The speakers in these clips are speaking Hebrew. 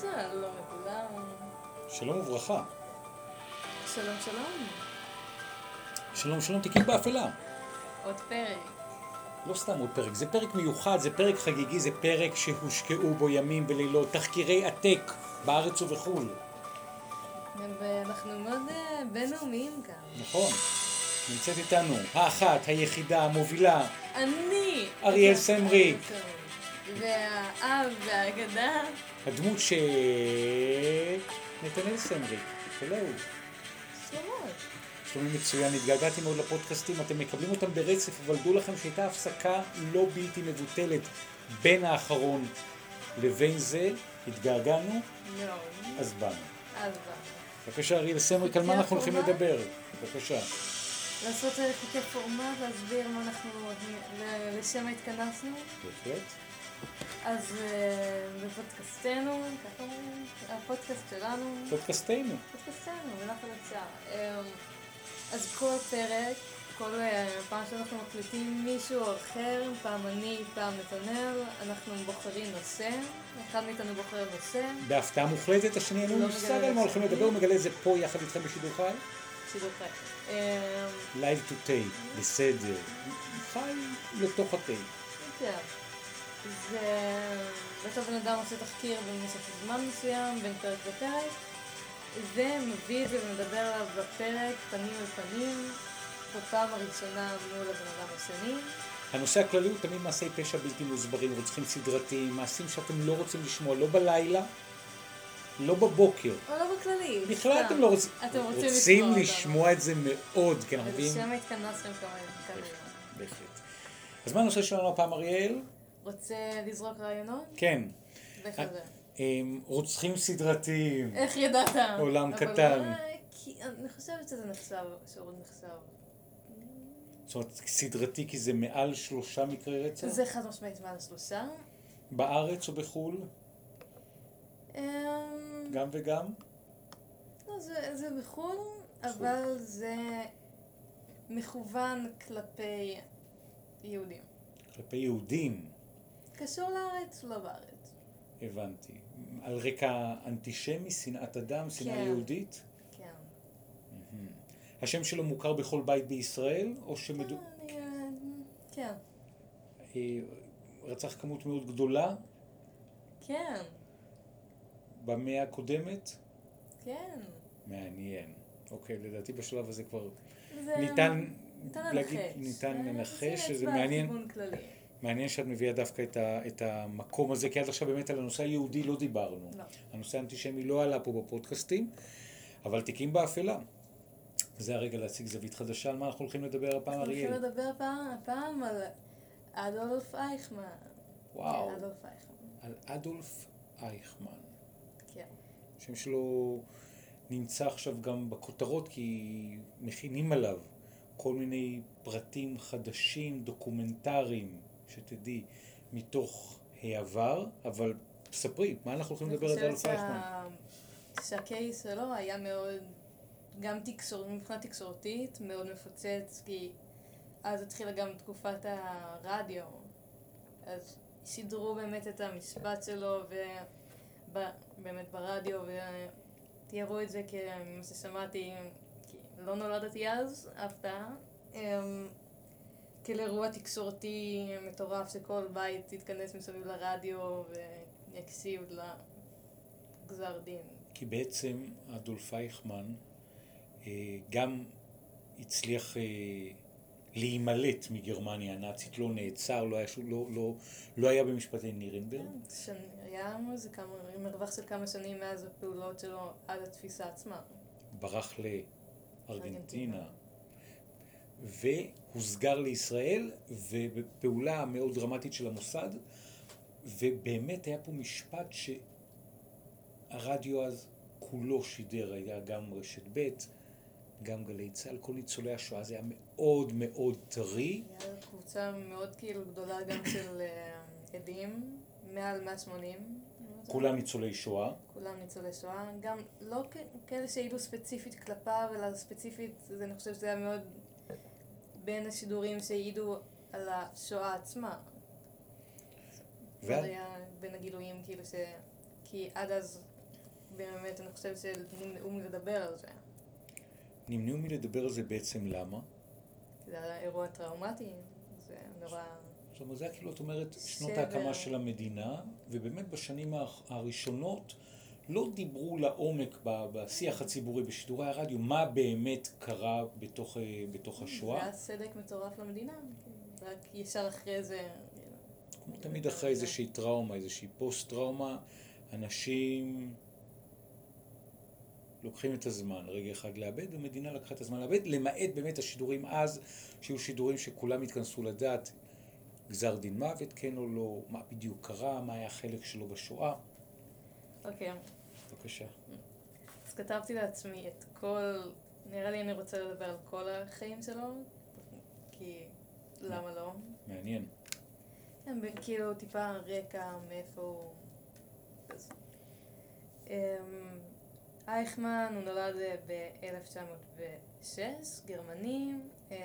שלום לכולם. שלום וברכה. שלום שלום. שלום שלום, תיקים באפלה. עוד פרק. לא סתם עוד פרק, זה פרק מיוחד, זה פרק חגיגי, זה פרק שהושקעו בו ימים ולילות, תחקירי עתק בארץ ובחול. ואנחנו מאוד בינלאומיים כאן. נכון. נמצאת איתנו האחת, היחידה, המובילה, אני! אריאל סמריק. והאב והאגדה. הדמות נתנאל סמריק. שלום. שלומות. שלומי מצוין, התגעגעתי מאוד לפודקאסטים, אתם מקבלים אותם ברצף, אבל דעו לכם שהייתה הפסקה לא בלתי מבוטלת בין האחרון לבין זה, התגעגענו, לא. אז באנו. אז בא. בבקשה אריאל סמריק, על מה אנחנו הולכים לדבר? בבקשה. לעשות חוקי פורמט, להסביר מה אנחנו, לשם התכנסנו. בהחלט. אז בפודקאסטנו, ככה הפודקאסט שלנו. פודקאסטנו, בנחל הצער. אז כל פרק, כל פעם שאנחנו מקליטים מישהו אחר, פעם אני, פעם נתנאל, אנחנו בוחרים נושא, אחד מאיתנו בוחר נושא. בהפתעה מוחלטת, השני אין לנו מושג על מה הולכים לדבר, הוא מגלה את זה פה יחד איתכם בשידור חי. שידור חי. Live to take, בסדר. חי לתוך הטייק. כן. ואותו בן אדם עושה תחקיר במשך זמן מסוים, בין פרק לפרק, ומביא את זה ומדבר עליו בפרק פנים אל פנים, בפעם הראשונה מול הבן אדם השני. הנושא הכללי הוא תמיד מעשי פשע בלתי מוסברים, רוצחים סדרתיים, מעשים שאתם לא רוצים לשמוע, לא בלילה, לא בבוקר. או לא בכללי. בכלל אתם לא רוצים. אתם רוצים לשמוע את זה מאוד, כן, אז מביאים? שם התכנסתם כאן היום. בהחלט. אז מה הנושא שלנו הפעם, אריאל? רוצה לזרוק רעיונות? כן. וכזה. רוצחים סדרתיים. איך ידעת? עולם קטן. אני חושבת שזה נחשב, שעוד נחשב. זאת אומרת, סדרתי כי זה מעל 3 מקרי רצח? זה חד משמעית מעל 3. בארץ או בחול? גם וגם? לא, זה בחו"ל, אבל זה מכוון כלפי יהודים. כלפי יהודים? קשור לארץ, לא בארץ. הבנתי. על רקע אנטישמי, שנאת אדם, שנאה יהודית? כן. השם שלו מוכר בכל בית בישראל, או כן. רצח כמות מאוד גדולה? כן. במאה הקודמת? כן. מעניין. אוקיי, לדעתי בשלב הזה כבר ניתן לנחש, שזה מעניין. מעניין שאת מביאה דווקא את המקום הזה, כי עד עכשיו באמת על הנושא היהודי לא דיברנו. לא. הנושא האנטישמי לא עלה פה בפודקאסטים, אבל תיקים באפלה. זה הרגע להציג זווית חדשה, על מה אנחנו הולכים לדבר הפעם, אריאל? אנחנו הולכים לדבר הפעם על אדולף אייכמן. וואו. כן, אדולף אייכמן. על אדולף אייכמן. כן. השם שלו נמצא עכשיו גם בכותרות, כי מכינים עליו כל מיני פרטים חדשים, דוקומנטריים, שתדעי, מתוך העבר, אבל ספרי, מה אנחנו הולכים לדבר על אדולף אייכמן? אני חושבת שהקייס שלו היה מאוד, גם מבחינה תקשורתית, מאוד מפוצץ, כי אז התחילה גם תקופת הרדיו, אז שידרו באמת את המשפט שלו, ובאמת ברדיו, ותיארו את זה כמה ששמעתי, כי לא נולדתי אז, הפתעה, כאירוע תקשורתי מטורף שכל בית יתכנס מסביב לרדיו ויקשיב לגזר דין. כי בעצם אדולף אייכמן גם הצליח להימלט מגרמניה הנאצית, לא נעצר, לא היה במשפטי נירנברג. כן, היה מרווח של כמה שנים מאז הפעולות שלו עד התפיסה עצמה. ברח לארגנטינה. והוסגר לישראל, ובפעולה מאוד דרמטית של המוסד, ובאמת היה פה משפט שהרדיו אז כולו שידר, היה גם רשת ב', גם גלי צה"ל, כל ניצולי השואה, זה היה מאוד מאוד טרי. היה קבוצה מאוד גדולה גם של עדים, מעל 180. כולם ניצולי שואה. כולם ניצולי שואה, גם לא כאלה שהעידו ספציפית כלפיו, אלא ספציפית, אני חושב שזה היה מאוד בין השידורים שהעידו על השואה עצמה. זה היה בין הגילויים, כי עד אז באמת אני חושבת שנמנעו מלדבר על זה. נמנעו מלדבר על זה בעצם למה? זה היה אירוע טראומטי, זה נורא... זאת אומרת, זה היה כאילו, את אומרת, שנות שבר. ההקמה של המדינה, ובאמת בשנים הראשונות לא דיברו לעומק בשיח הציבורי בשידורי הרדיו, מה באמת קרה בתוך השואה. זה היה סדק מטורף למדינה, רק ישר אחרי זה... כמו תמיד אחרי איזושהי טראומה, איזושהי פוסט-טראומה, אנשים לוקחים את הזמן, רגע אחד לאבד, המדינה לקחה את הזמן לאבד, למעט באמת השידורים אז, שהיו שידורים שכולם התכנסו לדעת, גזר דין מוות, כן או לא, מה בדיוק קרה, מה היה החלק שלו בשואה. אוקיי. בבקשה. אז כתבתי לעצמי את כל... נראה לי אני רוצה לדבר על כל החיים שלו, כי למה לא? מעניין. כאילו טיפה רקע מאיפה הוא... אייכמן הוא נולד ב-1906, גרמני,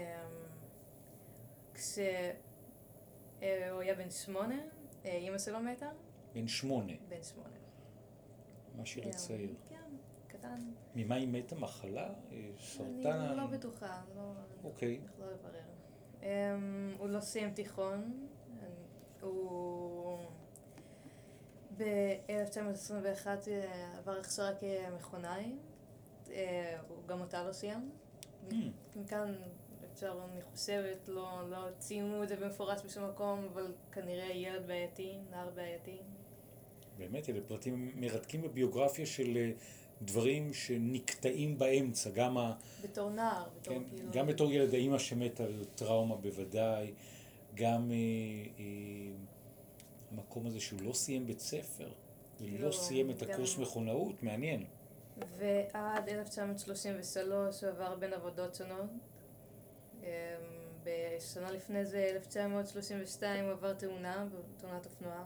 כשהוא היה בן 8, אמא שלו מתה. בן 8. בן 8. ממש ילד צעיר. כן, קטן. ממה היא מתה? מחלה? סרטן? אני לא בטוחה, אוקיי. לא לברר. הוא לא סיים תיכון, הוא ב-1921 עבר הכשרה כמכונאי, הוא גם אותה לא סיים. מכאן אפשר, אני חושבת, לא ציינו את זה במפורש בשום מקום, אבל כנראה ילד בעייתי, נער בעייתי. באמת, אלה פרטים מרתקים בביוגרפיה של דברים שנקטעים באמצע, גם בתור נער, בתור כן, כאילו... גם בתור ילד, האמא שמתה על טראומה בוודאי, גם המקום הזה שהוא לא סיים בית ספר, ולא סיים את הקורס מכונאות, מעניין. ועד 1933 הוא עבר בין עבודות שונות. בשנה לפני זה, 1932, הוא עבר תאונת אופנוע.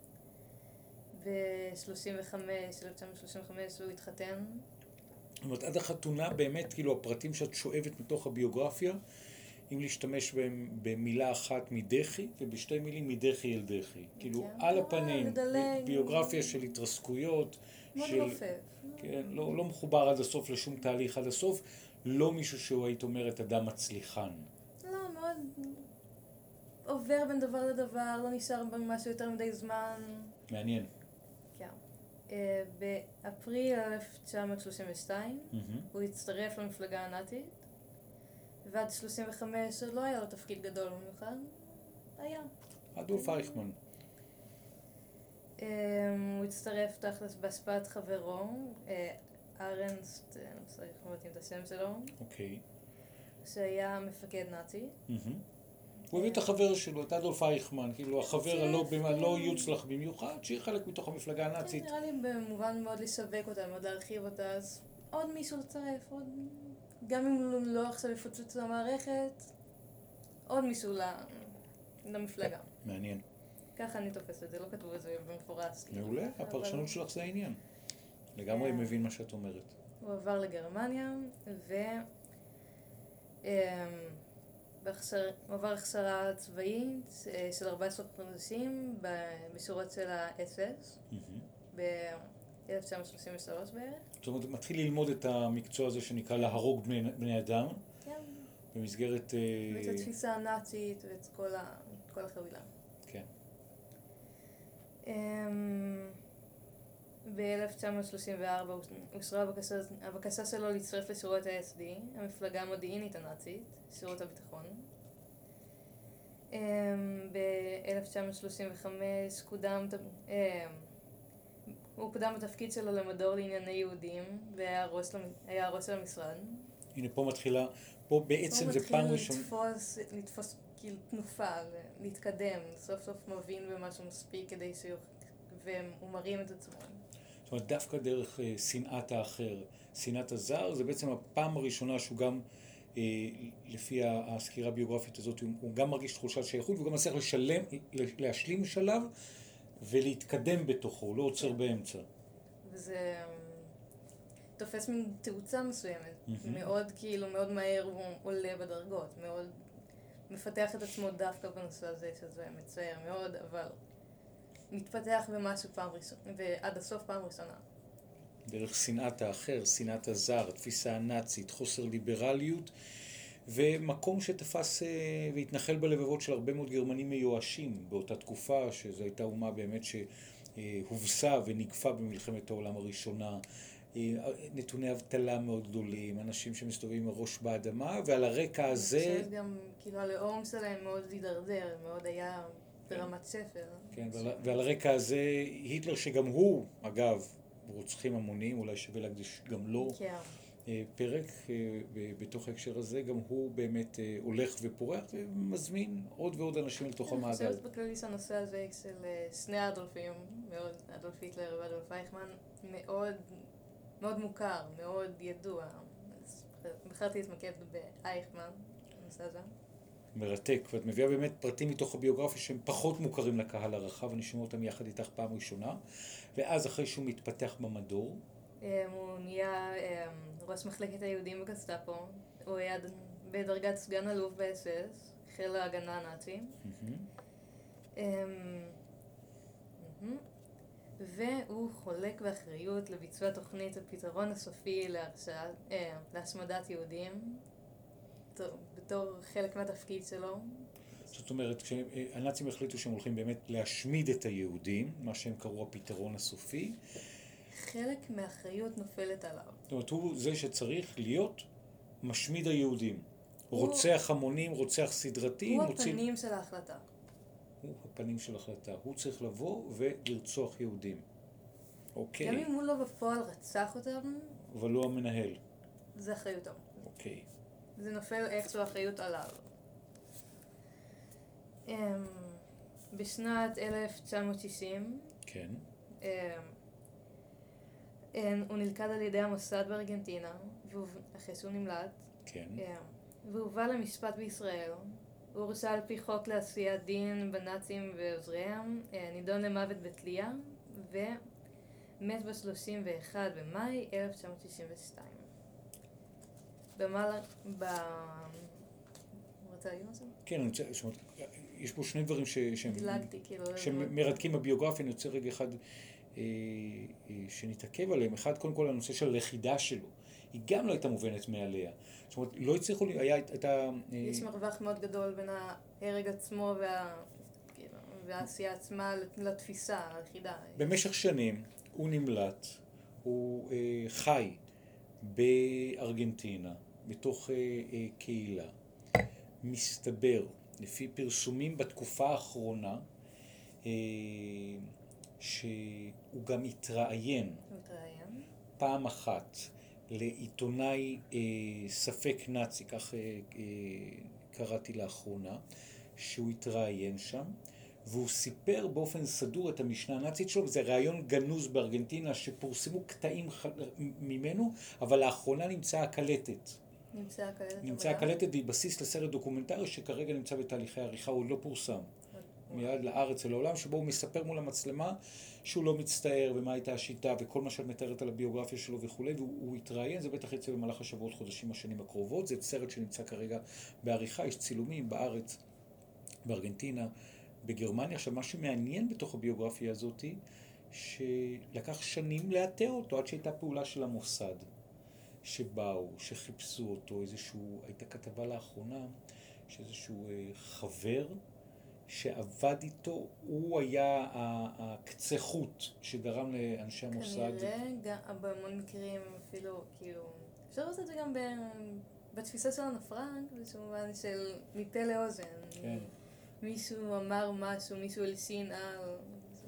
ב-1935 הוא התחתן. זאת אומרת, עד החתונה באמת, כאילו, הפרטים שאת שואבת מתוך הביוגרפיה, אם להשתמש בהם במילה אחת מדחי, ובשתי מילים מדחי אל דחי. כאילו, על הפנים, ביוגרפיה של התרסקויות. מאוד רופף. כן, לא מחובר עד הסוף לשום תהליך עד הסוף. לא מישהו שהוא, היית אומרת, אדם מצליחן. לא, מאוד עובר בין דבר לדבר, לא נשאר במשהו יותר מדי זמן. מעניין. כן. באפריל 1932 הוא הצטרף למפלגה הנאצית, ועד 35 לא היה לו תפקיד גדול במיוחד. היה. אדולף אייכמן. הוא הצטרף תכלס בהשפעת חברו, ארנסט, אני לא צריך לבטאים את השם שלו. אוקיי. שהיה מפקד נאצי. הוא הביא את החבר שלו, את אדולף אייכמן, כאילו החבר הלא יוצלח במיוחד, שהיא חלק מתוך המפלגה הנאצית. נראה לי במובן מאוד לשווק אותה, מאוד להרחיב אותה, אז עוד מישהו לצרף, גם אם הוא לא עכשיו יפוצץ את המערכת, עוד מישהו למפלגה. מעניין. ככה אני תופסת את זה, לא כתבו את זה במפורש. מעולה, הפרשנות שלך זה העניין. לגמרי מבין מה שאת אומרת. הוא עבר לגרמניה, הוא עבר הכשרה צבאית של 14 חודשים בשורות של ה-SS ב-1933 בערך. זאת אומרת, מתחיל ללמוד את המקצוע הזה שנקרא להרוג בני אדם. כן. במסגרת... ואת התפיסה הנאצית ואת כל החבילה. כן. ב-1934 אושרה הבקשה שלו להצטרף לשורות ה-SD, המפלגה המודיעינית הנאצית, שירות הביטחון. ב-1935 הוא קודם בתפקיד שלו למדור לענייני יהודים, והיה ראש של המשרד. הנה פה מתחילה, פה בעצם זה פעם ראשונה. הוא מתחיל לתפוס כאילו תנופה, להתקדם, סוף סוף מבין במשהו מספיק כדי והוא מרים את עצמו. זאת אומרת, דווקא דרך שנאת האחר, שנאת הזר, זה בעצם הפעם הראשונה שהוא גם, לפי הסקירה הביוגרפית הזאת, הוא גם מרגיש תחושת שייכות, והוא גם מצליח להשלים שלב ולהתקדם בתוכו, הוא לא עוצר באמצע. וזה תופס מין תאוצה מסוימת, מאוד כאילו, מאוד מהר הוא עולה בדרגות, מאוד מפתח את עצמו דווקא בנושא הזה, שזה מצער מאוד, אבל מתפתח במשהו פעם ראשונה, ועד הסוף פעם ראשונה. דרך שנאת האחר, שנאת הזר, התפיסה הנאצית, חוסר ליברליות, ומקום שתפס והתנחל בלבבות של הרבה מאוד גרמנים מיואשים באותה תקופה, שזו הייתה אומה באמת שהובסה ונגפה במלחמת העולם הראשונה, נתוני אבטלה מאוד גדולים, אנשים שמסתובבים עם הראש באדמה, ועל הרקע הזה... אני חושבת גם, כאילו, הלאום שלהם מאוד הידרדר, מאוד היה ברמת ספר. כן, ועל הרקע הזה, היטלר שגם הוא, אגב, רוצחים המונים, אולי שווה להקדיש גם לו כן. פרק בתוך ההקשר הזה, גם הוא באמת הולך ופורח ומזמין עוד ועוד אנשים לתוך המעגל. אני חושבת בכללי שהנושא הזה של שני האדולפים, מאוד, אדולף היטלר ואדולף אייכמן, מאוד מאוד מוכר, מאוד ידוע. אז בחרתי להתמקד באייכמן, הנושא הזה. מרתק, ואת מביאה באמת פרטים מתוך הביוגרפיה שהם פחות מוכרים לקהל הרחב, אני שומע אותם יחד איתך פעם ראשונה, ואז אחרי שהוא מתפתח במדור. הוא נהיה ראש מחלקת היהודים בגסטאפו, הוא היה בדרגת סגן אלוף ב-SS, חיל ההגנה הנאצים. והוא חולק באחריות לביצוע תוכנית הפתרון הסופי להשמדת יהודים, בתור חלק מהתפקיד שלו. זאת אומרת, כשהנאצים החליטו שהם הולכים באמת להשמיד את היהודים, מה שהם קראו הפתרון הסופי, חלק מהאחריות נופלת עליו. זאת אומרת, הוא זה שצריך להיות משמיד היהודים. רוצח המונים, רוצח סדרתי. הוא הפנים של ההחלטה. הוא הפנים של ההחלטה. הוא צריך לבוא ולרצוח יהודים. אוקיי. גם אם הוא לא בפועל רצח אותם, אבל לא המנהל. זה אחריותו. אוקיי. זה נופל איכשהו אחריות עליו. בשנת 1960, כן. הוא נלכד על ידי המוסד בארגנטינה, אחרי שהוא נמלט. כן. והוא הובא למשפט בישראל. הוא הורשע על פי חוק לעשיית דין בנאצים ועוזריהם, נידון למוות בתלייה, ומת ב-31 במאי 1962. רוצה להגיד משהו? כן, יש פה שני דברים דילגתי, כאילו... שמרתקים בביוגרפיה, אני רוצה רגע אחד שנתעכב עליהם. אחד, קודם כל, הנושא של הלכידה שלו. היא גם לא הייתה מובנת מעליה. זאת אומרת, לא הצליחו, יש מרווח מאוד גדול בין ההרג עצמו והעשייה עצמה לתפיסה, הלכידה. במשך שנים הוא נמלט, הוא חי בארגנטינה, בתוך קהילה. מסתבר, לפי פרסומים בתקופה האחרונה, שהוא גם התראיין פעם אחת לעיתונאי ספק נאצי, כך קראתי לאחרונה, שהוא התראיין שם, והוא סיפר באופן סדור את המשנה הנאצית שלו, וזה רעיון גנוז בארגנטינה שפורסמו קטעים ממנו, אבל לאחרונה נמצאה הקלטת. נמצאה הקלטת והיא בסיס לסרט דוקומנטרי שכרגע נמצא בתהליכי עריכה, הוא לא פורסם. מיד לארץ ולעולם, שבו הוא מספר מול המצלמה שהוא לא מצטער ומה הייתה השיטה וכל מה שאת מתארת על הביוגרפיה שלו וכו', והוא התראיין, זה בטח יצא במהלך השבועות, חודשים, השנים הקרובות. זה סרט שנמצא כרגע בעריכה, יש צילומים בארץ, בארגנטינה, בגרמניה. עכשיו, מה שמעניין בתוך הביוגרפיה הזאת היא שלקח שנים לאתר אותו, עד שהייתה פעולה של המוסד, שבאו, שחיפשו אותו, הייתה כתבה לאחרונה, שאיזשהו חבר שעבד איתו, הוא היה הקצה חוט שגרם לאנשי המוסד. כנראה, בהמון מקרים אפילו, כאילו, אפשר לעשות את זה גם בתפיסה של אנה פרנק, במובן של מפה לאוזן. כן. מישהו אמר משהו, מישהו הלשין על...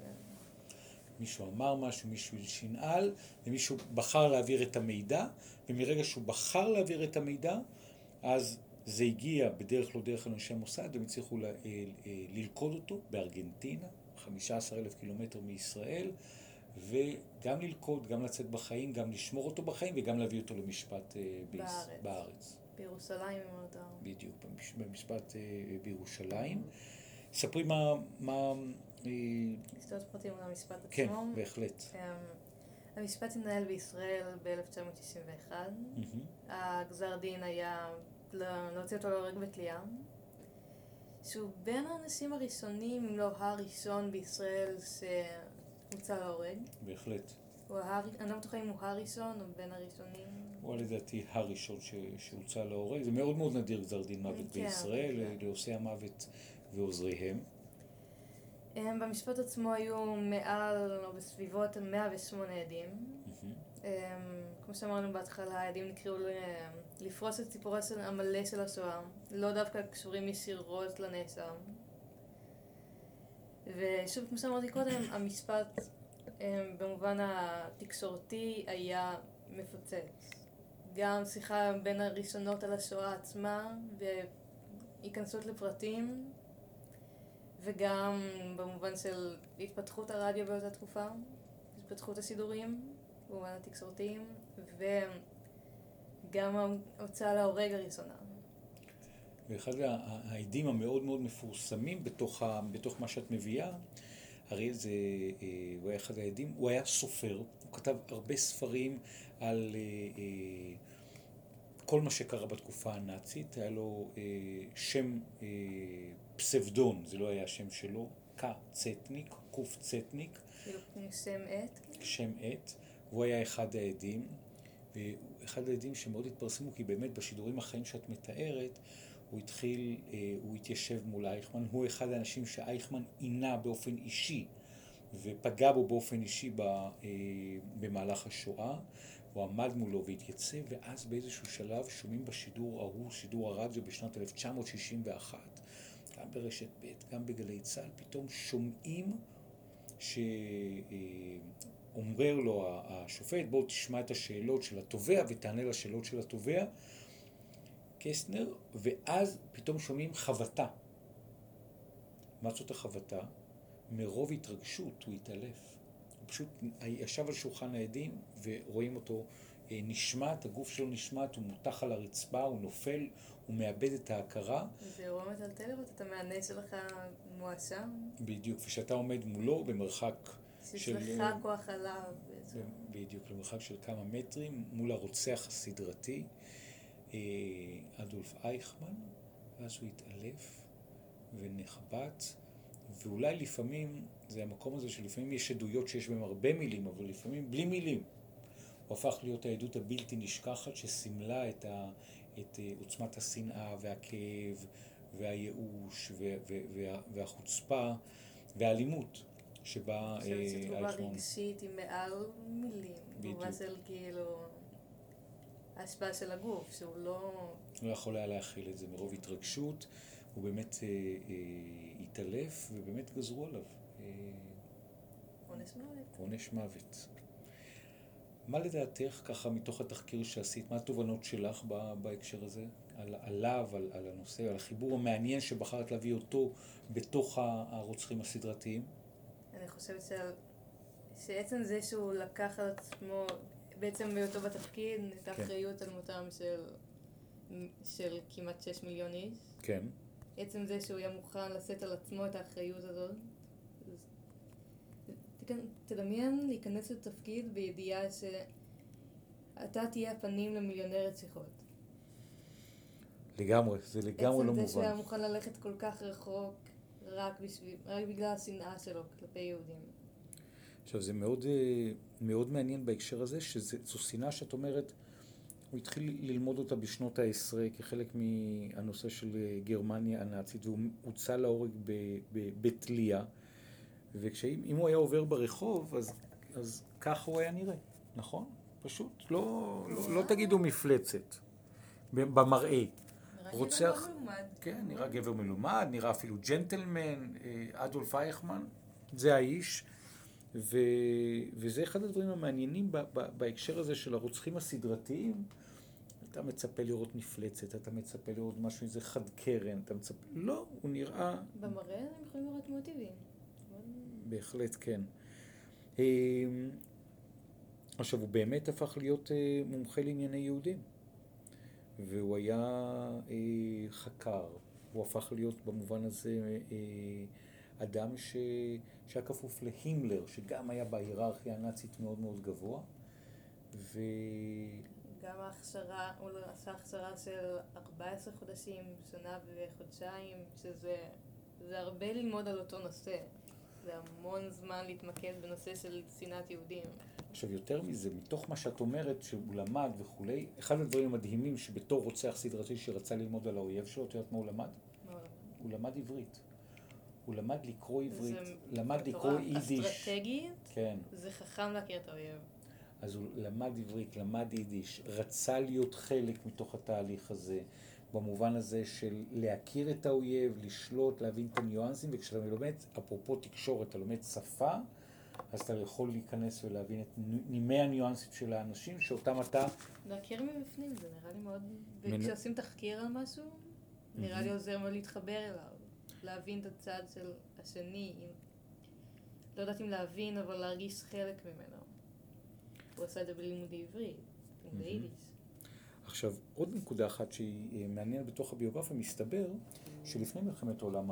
מישהו אמר משהו, מישהו הלשין על, ומישהו בחר להעביר את המידע, ומרגע שהוא בחר להעביר את המידע, אז זה הגיע בדרך לא דרך אנשי המוסד, הם הצליחו ללכוד אותו בארגנטינה, 15,000 קילומטר מישראל, וגם ללכוד, גם לצאת בחיים, גם לשמור אותו בחיים, וגם להביא אותו למשפט בארץ. בירושלים, אם אתה... בדיוק, במשפט בירושלים. ספרי מה... קצת פרטים על המשפט עצמו. כן, בהחלט. המשפט התנהל בישראל ב-1991. הגזר דין היה להוציא אותו להורג בתלייה. שהוא בין האנשים הראשונים, אם לא הראשון בישראל, שהוצא להורג. בהחלט. אני לא בטוחה אם הוא הריסון או בין הראשונים. הוא לדעתי הראשון שהוצא להורג. זה מאוד מאוד נדיר גזר דין מוות בישראל, לעושי המוות ועוזריהם. במשפט עצמו היו מעל או בסביבות 108 עדים. כמו שאמרנו בהתחלה, העדים נקראו לפרוס את סיפורו המלא של השואה, לא דווקא קשורים ישירות לנאשם. ושוב, כמו שאמרתי קודם, המשפט במובן התקשורתי היה מפוצץ. גם שיחה בין הראשונות על השואה עצמה והיכנסות לפרטים, וגם במובן של התפתחות הרדיו באותה תקופה, התפתחות השידורים במובן התקשורתיים, וגם ההוצאה להורג הראשונה. ואחד העדים המאוד מאוד מפורסמים בתוך מה שאת מביאה, הרי זה, הוא היה אחד העדים, הוא היה סופר, הוא כתב הרבה ספרים על כל מה שקרה בתקופה הנאצית, היה לו שם פסבדון, זה לא היה שם שלו, קצטניק, קצטניק. כאילו שם עט? שם עט, והוא היה אחד העדים, ואחד העדים שמאוד התפרסמו, כי באמת בשידורים החיים שאת מתארת, הוא התיישב מול אייכמן, הוא אחד האנשים שאייכמן עינה באופן אישי, ופגע בו באופן אישי במהלך השואה, הוא עמד מולו והתייצב, ואז באיזשהו שלב שומעים בשידור ההוא, שידור הרדיו בשנת 1961, גם ברשת ב', גם בגלי צה"ל, פתאום שומעים שאומר לו השופט, בוא תשמע את השאלות של התובע ותענה לשאלות של התובע, קסטנר, ואז פתאום שומעים חבטה. מה זאת החבטה? מרוב התרגשות הוא התעלף. הוא פשוט ישב על שולחן העדים ורואים אותו נשמט, הגוף שלו נשמט, הוא מותח על הרצפה, הוא נופל, הוא מאבד את ההכרה. זה אירוע מטלטל, אתה מהנה שלך מואשם. בדיוק, ושאתה עומד מולו במרחק של... שצריך כוח עליו. בדיוק, למרחק של כמה מטרים, מול הרוצח הסדרתי, אדולף אייכמן, ואז הוא התעלף ונחבט, ואולי לפעמים, זה המקום הזה שלפעמים יש עדויות שיש בהם הרבה מילים, אבל לפעמים בלי מילים. הוא הפך להיות העדות הבלתי נשכחת שסימלה את עוצמת השנאה והכאב והייאוש והחוצפה והאלימות שבה אייכמן. אני חושבת שתגובה רגשית היא מעל מילים. תגובה של כאילו ההשפעה של הגוף, שהוא לא יכול היה להכיל את זה מרוב התרגשות, הוא באמת התעלף ובאמת גזרו עליו עונש מוות. מה לדעתך, ככה מתוך התחקיר שעשית, מה התובנות שלך בהקשר הזה? עליו, על הנושא, על החיבור המעניין שבחרת להביא אותו בתוך הרוצחים הסדרתיים? אני חושבת שעצם זה שהוא לקח על עצמו, בעצם בהיותו בתפקיד, את האחריות על מותם של כמעט 6 מיליון איש. כן. עצם זה שהוא היה מוכן לשאת על עצמו את האחריות הזאת. תדמיין להיכנס לתפקיד בידיעה שאתה תהיה הפנים למיליוני רציחות. לגמרי, זה לגמרי לא מובן. עצם זה שהוא היה מוכן ללכת כל כך רחוק רק בגלל השנאה שלו כלפי יהודים. עכשיו, זה מאוד, מאוד מעניין בהקשר הזה, שזו שנאה שאת אומרת, הוא התחיל ללמוד אותה בשנות ה-10 כחלק מהנושא של גרמניה הנאצית, והוא הוצא להורג בתליה, ואם הוא היה עובר ברחוב, אז כך הוא היה נראה, נכון? פשוט, לא תגידו מפלצת, במראה. נראה גבר מלומד. כן, נראה גבר מלומד, נראה אפילו ג'נטלמן, אדולף אייכמן, זה האיש, וזה אחד הדברים המעניינים בהקשר הזה של הרוצחים הסדרתיים. אתה מצפה לראות מפלצת, אתה מצפה לראות משהו, איזה חד קרן, אתה מצפה... לא, הוא נראה... במראה הם יכולים לראות מוטיבים. בהחלט, כן. עכשיו, הוא באמת הפך להיות מומחה לענייני יהודים. והוא היה חקר. הוא הפך להיות במובן הזה אדם שהיה כפוף להימלר, שגם היה בהיררכיה הנאצית מאוד מאוד גבוה. גם ההכשרה, הוא עשה הכשרה של 14 חודשים, שנה וחודשיים, שזה הרבה ללמוד על אותו נושא. זה המון זמן להתמקד בנושא של שנאת יהודים. עכשיו יותר מזה, מתוך מה שאת אומרת שהוא למד וכולי, אחד הדברים המדהימים שבתור רוצח סדרתי שרצה ללמוד על האויב שלו, את יודעת מה הוא למד? הוא למד עברית. הוא למד לקרוא עברית, למד לקרוא יידיש. אסטרטגית, כן. זה חכם להכיר את האויב. אז הוא למד עברית, למד יידיש, רצה להיות חלק מתוך התהליך הזה, במובן הזה של להכיר את האויב, לשלוט, להבין את הניואנסים, וכשאתה לומד, אפרופו תקשורת, אתה לומד שפה, אז אתה יכול להיכנס ולהבין את נימי הניואנסים של האנשים, שאותם אתה... להכיר מבפנים, זה נראה לי מאוד... וכשעושים תחקיר על משהו, נראה לי עוזר מאוד להתחבר אליו. להבין את הצד של השני, לא יודעת אם להבין, אבל להרגיש חלק ממנו. הוא עשה את זה בלימודי עברית, לימודי יידיש. עכשיו, עוד נקודה אחת שהיא מעניינת בתוך הביוגרפיה, מסתבר שלפני מלחמת העולם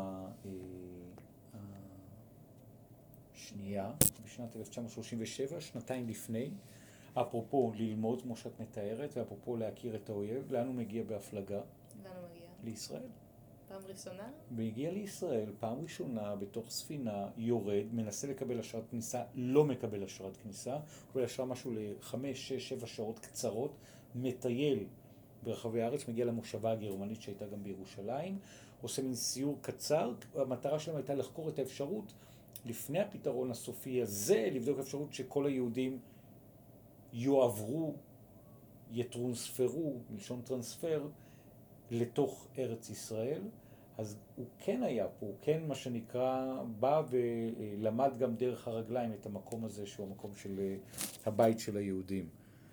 השנייה, בשנת 1937, שנתיים לפני, אפרופו ללמוד כמו שאת מתארת, ואפרופו להכיר את האויב, לאן הוא מגיע בהפלגה? לאן הוא מגיע? לישראל. פעם ראשונה? והגיע לישראל, פעם ראשונה, בתוך ספינה, יורד, מנסה לקבל אשרת כניסה, לא מקבל אשרת כניסה, הוא אשרה משהו ל5, 6, 7 שעות קצרות, מטייל ברחבי הארץ, מגיע למושבה הגרמנית שהייתה גם בירושלים, עושה מין סיור קצר, המטרה שלהם הייתה לחקור את האפשרות, לפני הפתרון הסופי הזה, לבדוק האפשרות שכל היהודים יועברו, יטרנספרו, מלשון טרנספר, לתוך ארץ ישראל. אז הוא כן היה פה, הוא כן מה שנקרא, בא ולמד גם דרך הרגליים את המקום הזה, שהוא המקום של הבית של היהודים,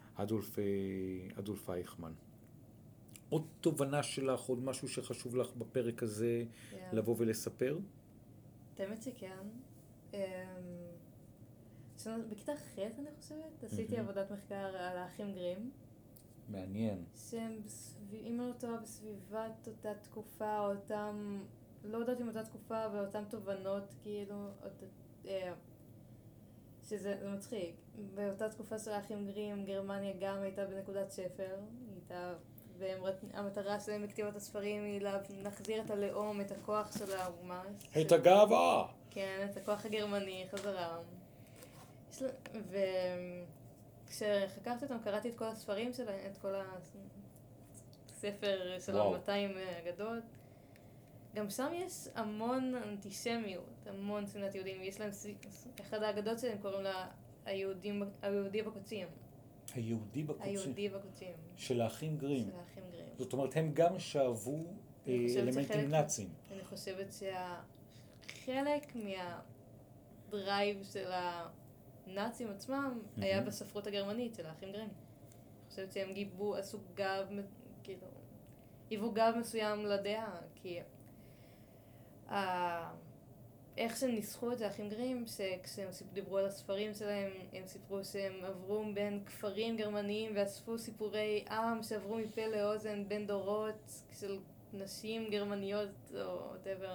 אדולף אייכמן. עוד תובנה שלך, עוד משהו שחשוב לך בפרק הזה לבוא ולספר? האמת שכן. בכיתה ח' אני חושבת, עשיתי עבודת מחקר על האחים גרים. מעניין. שהם, אם אני לא טועה, בסביבת אותה תקופה, אותם, לא יודעת אם אותה תקופה, אבל אותם תובנות, כאילו, שזה מצחיק. באותה תקופה של האחים גרים, גרמניה גם הייתה בנקודת שפר, והמטרה שלהם בכתיבת הספרים היא להחזיר את הלאום, את הכוח של האומה. את הגאווה! כן, את הכוח הגרמני, חזרה. כשחקרתי אותם, קראתי את כל הספרים שלהם, את כל הספר של ה-200 אגדות. גם שם יש המון אנטישמיות, המון שנאת יהודים. יש להם, אחד האגדות שלהם קוראים לה היהודי בקוצים. היהודי בקוצים. היהודי בקוצים. של האחים גרים. של האחים גרים. זאת אומרת, הם גם שאבו אלמנטים נאצים. אני חושבת שהחלק מהדרייב של הנאצים עצמם היה בספרות הגרמנית של האחים גרים. אני חושבת שהם עשו גב, כאילו, היוו גב מסוים לדעה, כי איך שהם ניסחו את זה, האחים גרים, שכשהם דיברו על הספרים שלהם, הם סיפרו שהם עברו בין כפרים גרמניים ואספו סיפורי עם שעברו מפה לאוזן בין דורות של נשים גרמניות או whatever.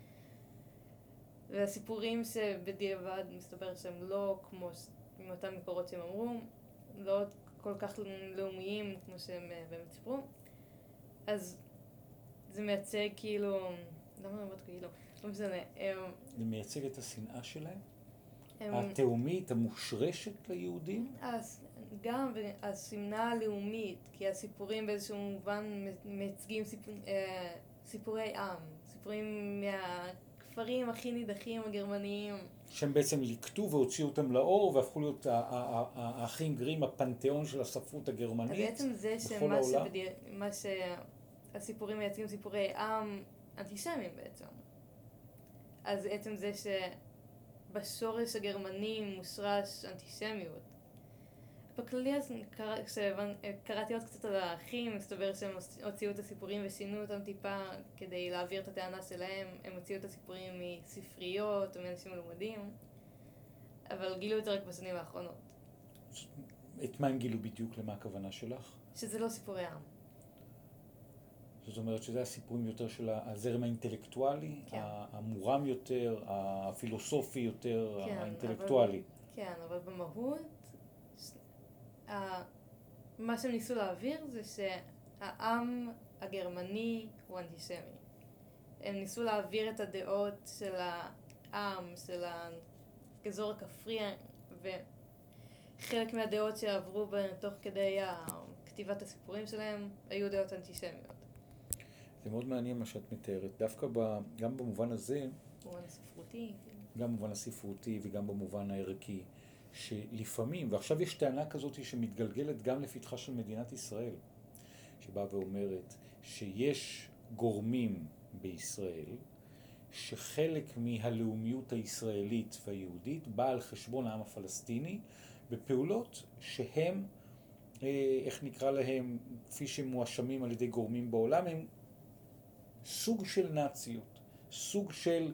והסיפורים שבדיעבד מסתבר שהם לא כמו מאותם מקורות שהם אמרו, לא כל כך לאומיים כמו שהם באמת סיפרו. אז זה מייצג כאילו, למה אומרת כאילו? לא משנה. זה מייצג את השנאה שלהם? התאומית, המושרשת ליהודים? גם השנאה הלאומית, כי הסיפורים באיזשהו מובן מייצגים סיפורי עם, סיפורים מהכפרים הכי נידחים הגרמניים. שהם בעצם לקטו והוציאו אותם לאור והפכו להיות האחים גרים, הפנתיאון של הספרות הגרמנית. בעצם זה שמה שהסיפורים מייצגים סיפורי עם אנטישמיים בעצם. אז בעצם זה שבשורש הגרמני מושרש אנטישמיות. בכללי, כשקראתי עוד קצת על האחים, מסתבר שהם הוציאו את הסיפורים ושינו אותם טיפה כדי להעביר את הטענה שלהם. הם הוציאו את הסיפורים מספריות או מאנשים מלומדים, אבל גילו את זה רק בשנים האחרונות. את מה הם גילו בדיוק? למה הכוונה שלך? שזה לא סיפורי עם. זאת אומרת שזה הסיפורים יותר של הזרם האינטלקטואלי, כן. המורם יותר, הפילוסופי יותר, כן, האינטלקטואלי. כן, אבל במהות, מה שהם ניסו להעביר זה שהעם הגרמני הוא אנטישמי. הם ניסו להעביר את הדעות של העם, של האזור הכפרי, וחלק מהדעות שעברו תוך כדי כתיבת הסיפורים שלהם היו דעות אנטישמיות. זה מאוד מעניין מה שאת מתארת, דווקא גם במובן הזה, במובן הספרותי. גם במובן הספרותי וגם במובן הערכי, שלפעמים, ועכשיו יש טענה כזאת שמתגלגלת גם לפתחה של מדינת ישראל, שבאה ואומרת שיש גורמים בישראל, שחלק מהלאומיות הישראלית והיהודית באה על חשבון העם הפלסטיני, בפעולות שהם, איך נקרא להם, כפי שמואשמים על ידי גורמים בעולם, סוג של נאציות, סוג של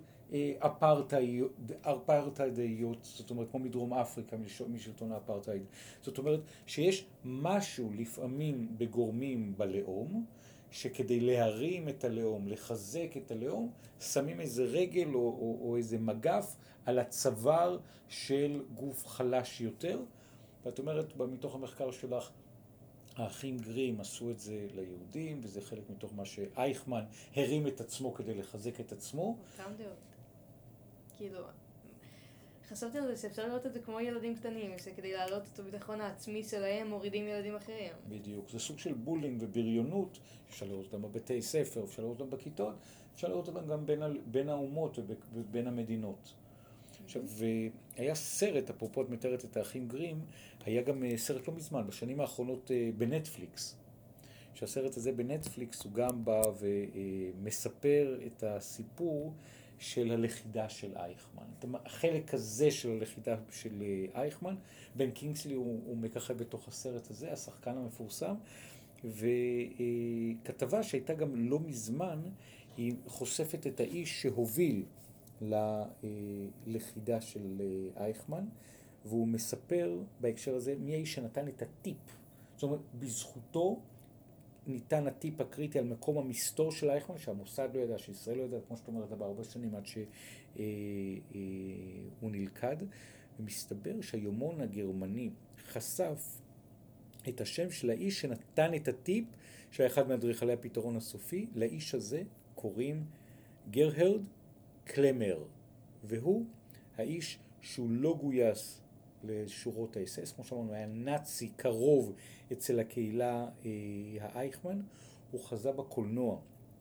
אפרטהיידיות, זאת אומרת כמו מדרום אפריקה, משלטון האפרטהייד. זאת אומרת שיש משהו לפעמים בגורמים בלאום, שכדי להרים את הלאום, לחזק את הלאום, שמים איזה רגל או איזה מגף על הצוואר של גוף חלש יותר. ואת אומרת, מתוך המחקר שלך, האחים גרים עשו את זה ליהודים, וזה חלק מתוך מה שאייכמן הרים את עצמו כדי לחזק את עצמו. אותם דעות. כאילו, חשבתי על זה שאפשר לראות את זה כמו ילדים קטנים, שכדי להעלות את הביטחון העצמי שלהם מורידים ילדים אחרים. בדיוק, זה סוג של בולינג ובריונות, אפשר לראות אותם בבתי ספר, אפשר לראות אותם בכיתות, אפשר לראות אותם גם בין האומות ובין המדינות. עכשיו, והיה סרט, אפרופו את מתארת את האחים גרים, היה גם סרט לא מזמן, בשנים האחרונות בנטפליקס. שהסרט הזה בנטפליקס הוא גם בא ומספר את הסיפור של הלכידה של אייכמן. החלק הזה של הלכידה של אייכמן, בן קינגסלי הוא מככב בתוך הסרט הזה, השחקן המפורסם, וכתבה שהייתה גם לא מזמן, היא חושפת את האיש שהוביל ללכידה של אייכמן, והוא מספר בהקשר הזה מי האיש שנתן את הטיפ. זאת אומרת, בזכותו ניתן הטיפ הקריטי על מקום המסתור של אייכמן, שהמוסד לא ידע, שישראל לא ידע, כמו שאת אומרת, ב4 שנים עד שהוא נלכד, ומסתבר שהיומון הגרמני חשף את השם של האיש שנתן את הטיפ, שהיה אחד מאדריכלי הפתרון הסופי. לאיש הזה קוראים גרהרד קלמר, והוא האיש שהוא לא גויס לשורות האס-אס, כמו שאמרנו, היה נאצי קרוב אצל הקהילה האייכמן, הוא חזה בקולנוע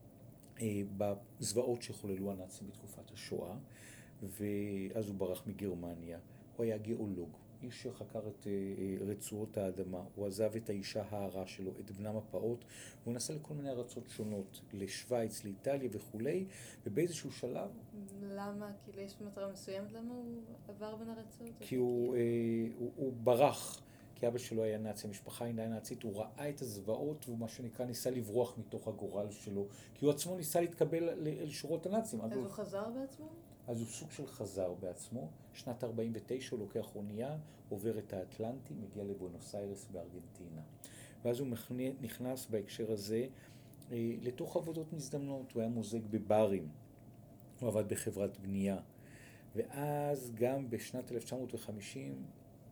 בזוועות שחוללו הנאצים בתקופת השואה, ואז הוא ברח מגרמניה. הוא היה גיאולוג, איש שחקר את רצועות האדמה, הוא עזב את האישה ההרה שלו, את בנם הפעוט, והוא נסע לכל מיני ארצות שונות, לשוויץ, לאיטליה וכולי, ובאיזשהו שלב... למה? כאילו יש מטרה מסוימת למה הוא עבר בין ארצות? כי הוא ברח, כי אבא שלו היה נאצי, המשפחה הייתה נאצית, הוא ראה את הזוועות, והוא מה שנקרא ניסה לברוח מתוך הגורל שלו, כי הוא עצמו ניסה להתקבל אל שורות הנאצים. אז הוא חזר בעצמו? אז הוא סוג של חזר בעצמו. שנת 49 הוא לוקח אונייה, עובר את האטלנטי, מגיע לבואנוס איירס בארגנטינה. ואז הוא נכנס בהקשר הזה לתוך עבודות מזדמנות. הוא היה מוזג בברים, הוא עבד בחברת בנייה. ואז גם בשנת 1950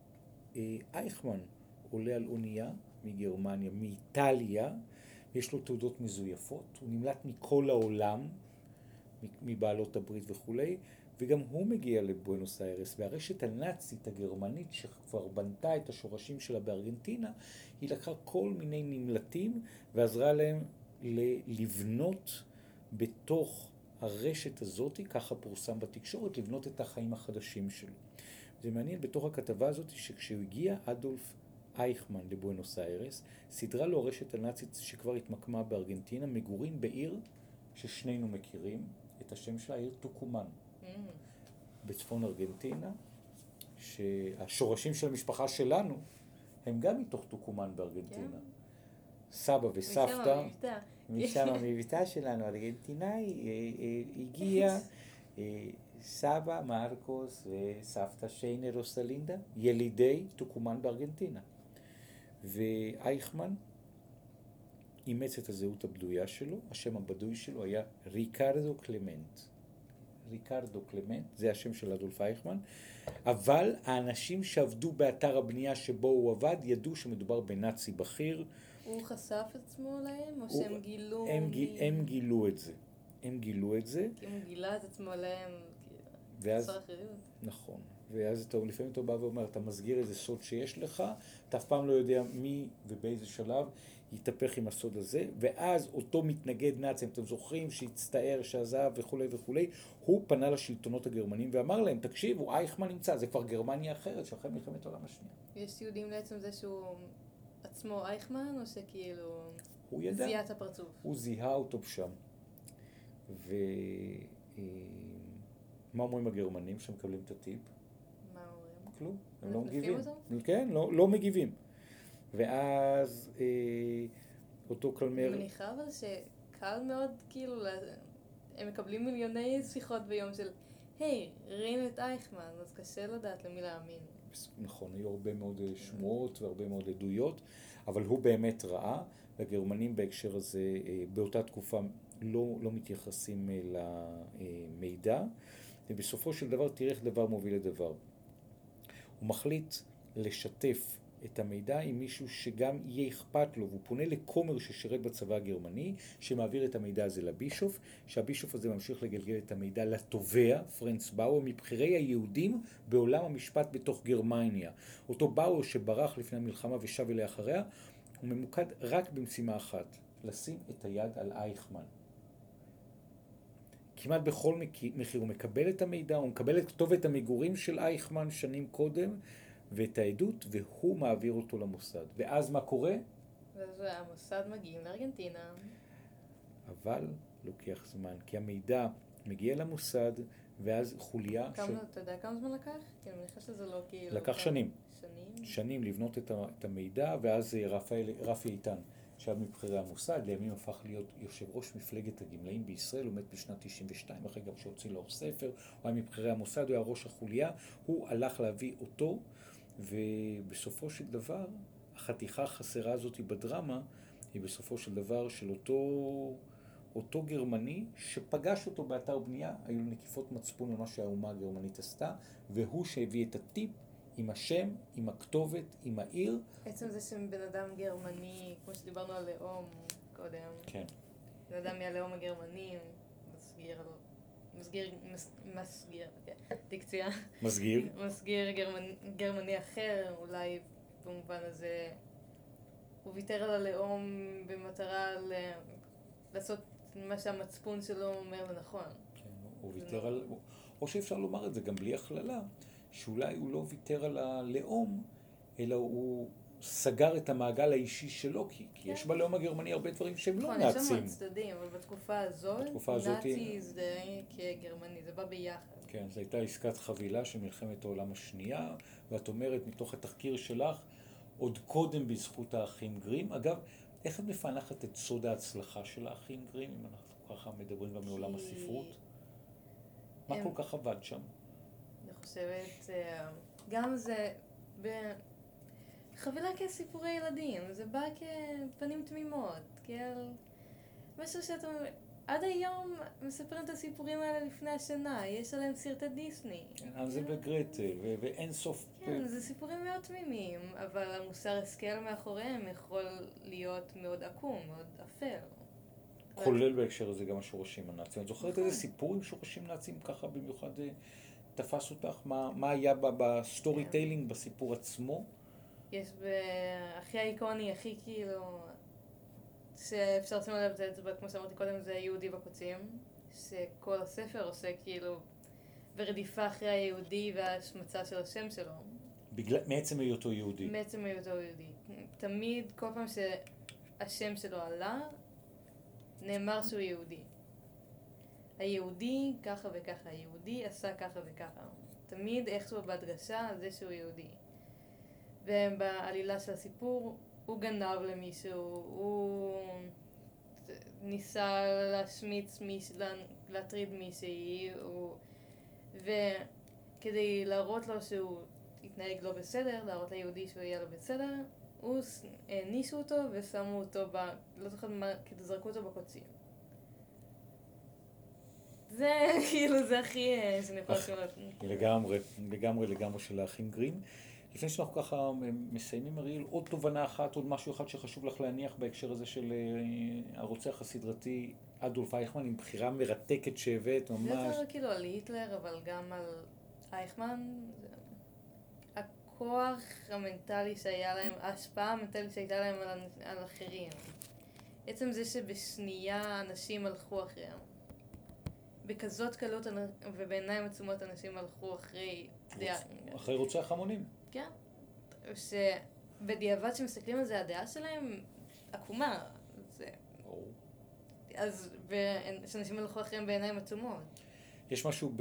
אייכמן עולה על אונייה מגרמניה, מאיטליה, יש לו תעודות מזויפות, הוא נמלט מכל העולם, מבעלות הברית וכולי, וגם הוא מגיע לבואנוס איירס, והרשת הנאצית הגרמנית שכבר בנתה את השורשים שלה בארגנטינה, היא לקחה כל מיני נמלטים ועזרה להם לבנות בתוך הרשת הזאת, ככה פורסם בתקשורת, לבנות את החיים החדשים שלו. זה מעניין בתוך הכתבה הזאת שכשהוא הגיע אדולף אייכמן לבואנוס איירס, סדרה לו הרשת הנאצית שכבר התמקמה בארגנטינה, מגורים בעיר ששנינו מכירים, את השם של העיר טוקומן, בצפון ארגנטינה, שהשורשים של המשפחה שלנו הם גם מתוך טוקומן בארגנטינה. סבא וסבתא, משם המבטא שלנו, ארגנטינאי, הגיע סבא מרקוס וסבתא שיינה רוסלינדה, ילידי טוקומן בארגנטינה. ואייכמן אימץ את הזהות הבדויה שלו, השם הבדוי שלו היה ריקרדו קלמנט. ריקרדו קלמנט, זה השם של אדולף אייכמן, אבל האנשים שעבדו באתר הבנייה שבו הוא עבד, ידעו שמדובר בנאצי בכיר. הוא חשף את עצמו להם, או שהם גילו? הם גילו את זה. הם גילו את זה. כי הוא גילה את עצמו להם. ואז, חסר אחריות. נכון, ואז לפעמים אתה בא ואומר, אתה מסגיר איזה סוד שיש לך, אתה אף פעם לא יודע מי ובאיזה שלב יתהפך עם הסוד הזה, ואז אותו מתנגד נאצי, אתם זוכרים, שהצטער, שעזב וכולי וכולי, הוא פנה לשלטונות הגרמנים ואמר להם, תקשיבו, אייכמן נמצא, זה כבר גרמניה אחרת, שאחרי מלחמת העולם השנייה. יש יהודים לעצם זה שהוא עצמו אייכמן, או שכאילו הוא ידע. זיהה את הפרצוף? הוא זיהה אותו שם. מה אומרים הגרמנים שמקבלים את הטיפ? מה אומרים? כלום, הם לא מנפנפים מגיבים. אותו? כן, לא מגיבים. ואז אותו קלמר... אני מניחה אבל שקל מאוד, כאילו, הם מקבלים מיליוני שיחות ביום של היי, ראינו את אייכמן, אז קשה לדעת למי להאמין. נכון, היו הרבה מאוד שמועות והרבה מאוד עדויות, אבל הוא באמת ראה, והגרמנים בהקשר הזה באותה תקופה לא מתייחסים למידע, ובסופו של דבר תראה איך דבר מוביל לדבר. הוא מחליט לשתף את המידע עם מישהו שגם יהיה אכפת לו, והוא פונה לכומר ששירת בצבא הגרמני, שמעביר את המידע הזה לבישוף, שהבישוף הזה ממשיך לגלגל את המידע לתובע, פרנץ באואר, מבחירי היהודים בעולם המשפט בתוך גרמניה. אותו באואר שברח לפני המלחמה ושב אליה אחריה, הוא ממוקד רק במשימה אחת, לשים את היד על אייכמן. כמעט בכל מחיר הוא מקבל את המידע, הוא מקבל את כתובת המגורים של אייכמן שנים קודם, ואת העדות, והוא מעביר אותו למוסד. ואז מה קורה? ואז המוסד מגיעים לארגנטינה. אבל לוקח זמן, כי המידע מגיע למוסד, ואז חוליה... אתה יודע כמה זמן לקח? כי אני מניחה שזה לא כאילו... לקח שנים. שנים? שנים לבנות את המידע, ואז רפי איתן, שהיה מבחירי המוסד, לימים הפך להיות יושב ראש מפלגת הגמלאים בישראל, הוא מת בשנת 92, אחרי גם שהוציא לו ספר, הוא היה מבחירי המוסד, הוא היה ראש החוליה, הוא הלך להביא אותו, ובסופו של דבר, החתיכה החסרה הזאת בדרמה, היא בסופו של דבר של אותו גרמני שפגש אותו באתר בנייה, היו לו נקיפות מצפון למה שהאומה הגרמנית עשתה, והוא שהביא את הטיפ עם השם, עם הכתובת, עם העיר. עצם זה שבן אדם גרמני, כמו שדיברנו על לאום קודם, כן. בן אדם מהלאום הגרמני, מסגיר גרמני אחר, אולי במובן הזה הוא ויתר על הלאום במטרה לעשות מה שהמצפון שלו אומר לנכון. כן, הוא ויתר על... או שאפשר לומר את זה גם בלי הכללה, שאולי הוא לא ויתר על הלאום, אלא הוא סגר את המעגל האישי שלו, כי יש בלאום הגרמני הרבה דברים שהם לא נאצים. יש שם צדדים, אבל בתקופה הזאת, נאצי זה כגרמני, זה בא ביחד. כן, זו הייתה עסקת חבילה של מלחמת העולם השנייה, ואת אומרת מתוך התחקיר שלך, עוד קודם בזכות האחים גרים. אגב, איך את מפענחת את סוד ההצלחה של האחים גרים, אם אנחנו ככה מדברים גם מעולם הספרות? מה כל כך עבד שם? אני חושבת, גם זה חבילה כסיפורי ילדים, זה בא כפנים תמימות, כאל משהו שאתה עד היום מספרים את הסיפורים האלה לפני השנה, יש עליהם סרטי דיסני. אנסל וגרטל, ואין סוף... כן, זה סיפורים מאוד תמימים, אבל המוסר השכל מאחוריהם יכול להיות מאוד עקום, מאוד אפל. כולל בהקשר הזה גם השורשים הנאצים. את זוכרת איזה סיפור עם שורשים נאצים ככה במיוחד תפס אותך? מה היה בסטורי טיילינג, בסיפור עצמו? יש הכי האיקוני, הכי כאילו... שאפשר לשים עליו את האצבע, כמו שאמרתי קודם, זה יהודי בקוצים, שכל הספר עושה כאילו ברדיפה אחרי היהודי וההשמצה של השם שלו. מעצם היותו יהודי. מעצם היותו יהודי. תמיד, כל פעם שהשם שלו עלה, נאמר שהוא יהודי. היהודי ככה וככה, היהודי עשה ככה וככה. תמיד איכשהו בהדגשה על זה שהוא יהודי. ובעלילה של הסיפור, הוא גנב למישהו, הוא ניסה להשמיץ מישהו, להטריד מישהי, וכדי להראות לו שהוא יתנהג לא בסדר, להראות ליהודי שהוא יהיה לא בסדר, הוא הענישו אותו ושמו אותו לא זוכר מה, כאילו זרקו אותו בקוצים. זה כאילו, זה הכי שאני יכולה לשאול. לגמרי של האחים גרים. לפני שאנחנו ככה מסיימים, אריאל, עוד תובנה אחת, עוד משהו אחד שחשוב לך להניח בהקשר הזה של הרוצח הסדרתי אדולף אייכמן, עם בחירה מרתקת שהבאת, ממש. זה יותר כאילו על היטלר, אבל גם על אייכמן. הכוח המנטלי שהיה להם, ההשפעה המנטלית שהייתה להם על אחרים. עצם זה שבשנייה אנשים הלכו אחריהם. בכזאת קלות ובעיניים עצומות אנשים הלכו אחרי רוצח המונים. כן. שבדיעבד שמסתכלים על זה, הדעה שלהם עקומה. אז שאנשים הלכו אחריהם בעיניים עצומות. יש משהו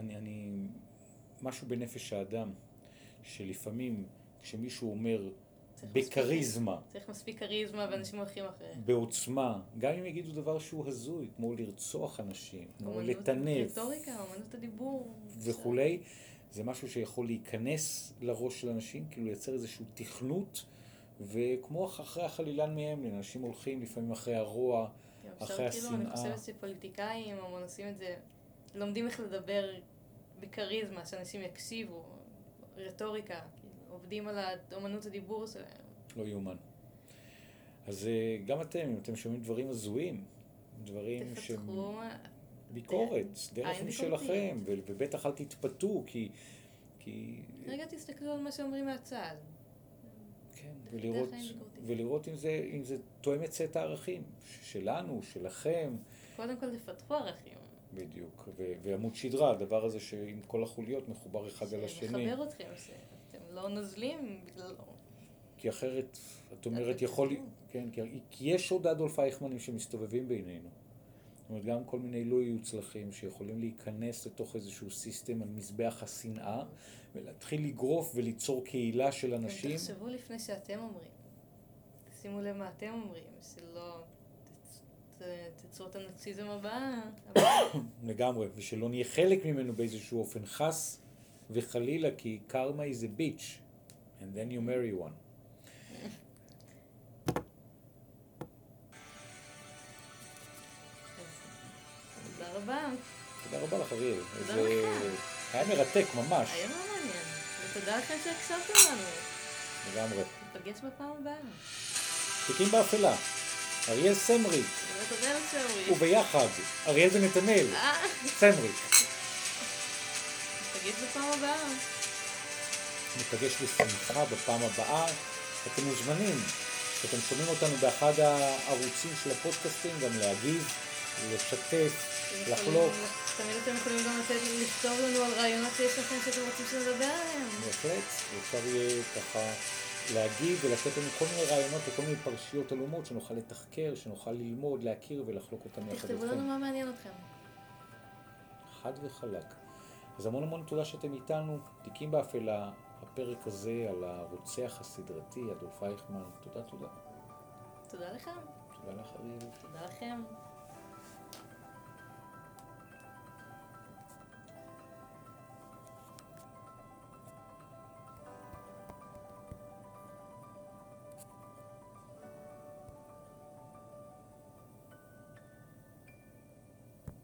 משהו בנפש האדם, שלפעמים כשמישהו אומר בקריזמה, צריך מספיק קריזמה ואנשים הולכים אחריהם. בעוצמה, גם אם יגידו דבר שהוא הזוי, כמו לרצוח אנשים, כמו לטנף, רטוריקה, אמנות הדיבור וכולי, זה משהו שיכול להיכנס לראש של אנשים, כאילו לייצר איזשהו תכנות, וכמו אחרי החלילן מהם, אנשים הולכים לפעמים אחרי הרוע, אחרי השנאה. אני חושבת שפוליטיקאים עושים את זה, לומדים איך לדבר בקריזמה, שאנשים יקשיבו, רטוריקה, עובדים על אמנות הדיבור שלהם. לא יאומן. אז גם אתם, אם אתם שומעים דברים הזויים, דברים תפתחו ביקורת, דרך משלכם, ובטח אל תתפתו, כי... רגע תסתכלו על מה שאומרים מהצד. כן, ולראות אם זה תואם את סט הערכים שלנו, שלכם. קודם כל תפתחו ערכים. בדיוק, ועמוד שדרה, הדבר הזה שעם כל החוליות מחובר אחד על השני. מחבר אתכם, אתם לא נוזלים בגללו. כי אחרת, את אומרת, כן, כי יש עוד אדולף אייכמנים שמסתובבים בינינו. זאת אומרת, גם כל מיני לא יוצלחים שיכולים להיכנס לתוך איזשהו סיסטם על מזבח השנאה, ולהתחיל לגרוף וליצור קהילה של אנשים. תחשבו לפני שאתם אומרים. שימו לב מה אתם אומרים, שלא תצרו את הנאציזם הבאה. לגמרי, ושלא נהיה חלק ממנו באיזשהו אופן חס וחלילה, כי karma is a bitch, and then you marry one. תודה רבה. תודה רבה לך, אריאל. תודה לך. היה מרתק ממש. היה מאוד מעניין. ותודה לכם שהקשבתם לנו. לגמרי. נפגש בפעם הבאה. תיקים באפלה. אריאל סמריק. ותודה לסמריק. וביחד, אריאל ונתנאל. סמריק. נפגש בפעם הבאה. נפגש בשמחה בפעם הבאה. אתם מוזמנים, שאתם שומעים אותנו באחד הערוצים של הפודקאסטים, גם להגיב, לשתף, לחלוק. תמיד אתם יכולים גם לכתוב לנו על רעיונות שיש לכם שאתם רוצים שנדבר עליהם. בהחלט, אפשר יהיה ככה להגיב ולתת לנו כל מיני רעיונות וכל מיני פרשיות עלומות שנוכל לתחקר, שנוכל ללמוד, להכיר ולחלוק אותם יחד איתכם. תכתבו לנו מה מעניין אתכם. חד וחלק. אז המון המון תודה שאתם איתנו. תיקים באפלה, הפרק הזה על הרוצח הסדרתי, אדולף אייכמן. תודה. תודה לכם. תודה לך, אריאל. תודה לכם.